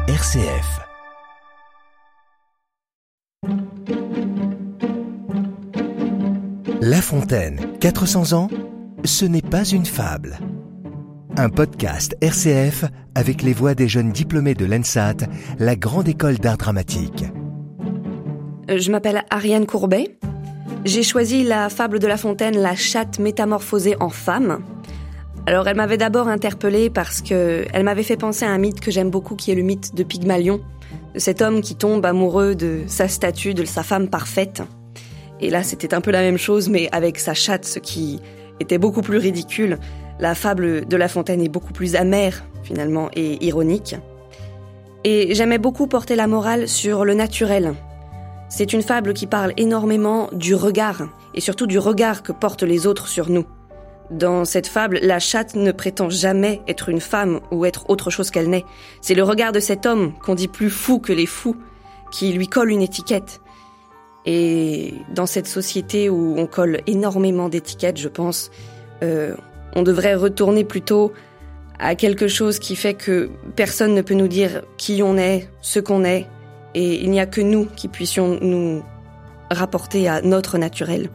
RCF. La Fontaine, 400 ans, ce n'est pas une fable. Un podcast RCF avec les voix des jeunes diplômés de l'ENSAT, la grande école d'art dramatique. Je m'appelle Ariane Courbet. J'ai choisi la fable de La Fontaine, la chatte métamorphosée en femme. Alors elle m'avait d'abord interpellée parce qu'elle m'avait fait penser à un mythe que j'aime beaucoup, qui est le mythe de Pygmalion, de cet homme qui tombe amoureux de sa statue, de sa femme parfaite. Et là, c'était un peu la même chose, mais avec sa chatte, ce qui était beaucoup plus ridicule. La fable de La Fontaine est beaucoup plus amère, finalement, et ironique. Et j'aimais beaucoup porter la morale sur le naturel. C'est une fable qui parle énormément du regard, et surtout du regard que portent les autres sur nous. Dans cette fable, la chatte ne prétend jamais être une femme ou être autre chose qu'elle n'est. C'est le regard de cet homme, qu'on dit plus fou que les fous, qui lui colle une étiquette. Et dans cette société où on colle énormément d'étiquettes, je pense, on devrait retourner plutôt à quelque chose qui fait que personne ne peut nous dire qui on est, ce qu'on est, et il n'y a que nous qui puissions nous rapporter à notre naturel.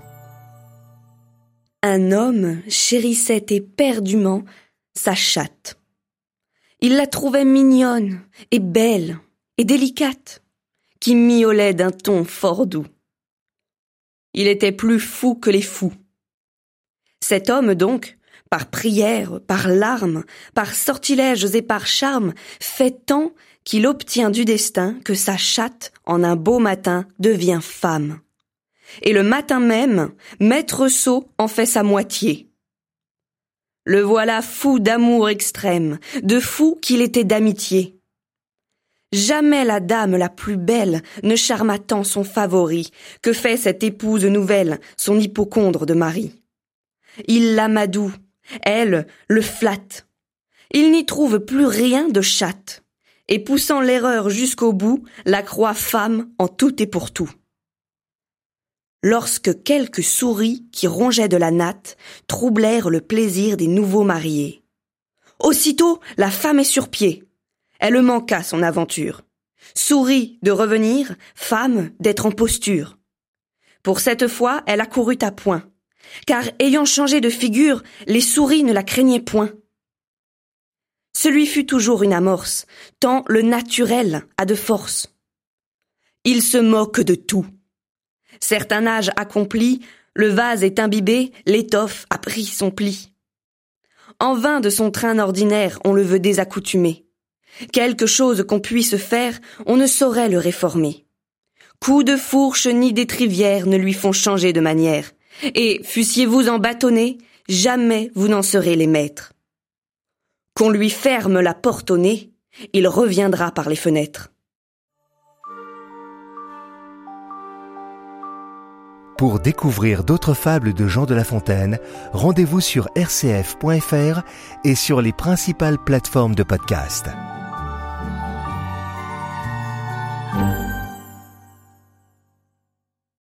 Un homme chérissait éperdument sa chatte. Il la trouvait mignonne et belle et délicate, qui miaulait d'un ton fort doux. Il était plus fou que les fous. Cet homme donc, par prière, par larmes, par sortilèges et par charmes, fait tant qu'il obtient du destin que sa chatte, en un beau matin, devient femme. Et le matin même, Maître Sot en fait sa moitié. Le voilà fou d'amour extrême, de fou qu'il était d'amitié. Jamais la dame la plus belle ne charma tant son favori que fait cette épouse nouvelle, son hypocondre de mari. Il l'amadoue, elle le flatte. Il n'y trouve plus rien de chatte, et poussant l'erreur jusqu'au bout, la croit femme en tout et pour tout. Lorsque quelques souris qui rongeaient de la natte troublèrent le plaisir des nouveaux mariés. Aussitôt, la femme est sur pied. Elle manqua son aventure. Souris de revenir, femme d'être en posture. Pour cette fois, elle accourut à point, car ayant changé de figure, les souris ne la craignaient point. Ce lui fut toujours une amorce, tant le naturel a de force. Il se moque de tout. Certain âge accompli, le vase est imbibé, l'étoffe a pris son pli. En vain de son train ordinaire, on le veut désaccoutumer. Quelque chose qu'on puisse faire, on ne saurait le réformer. Coups de fourche ni d'étrivière ne lui font changer de manière, et fussiez-vous en bâtonner, jamais vous n'en serez les maîtres. Qu'on lui ferme la porte au nez, il reviendra par les fenêtres. Pour découvrir d'autres fables de Jean de La Fontaine, rendez-vous sur rcf.fr et sur les principales plateformes de podcast.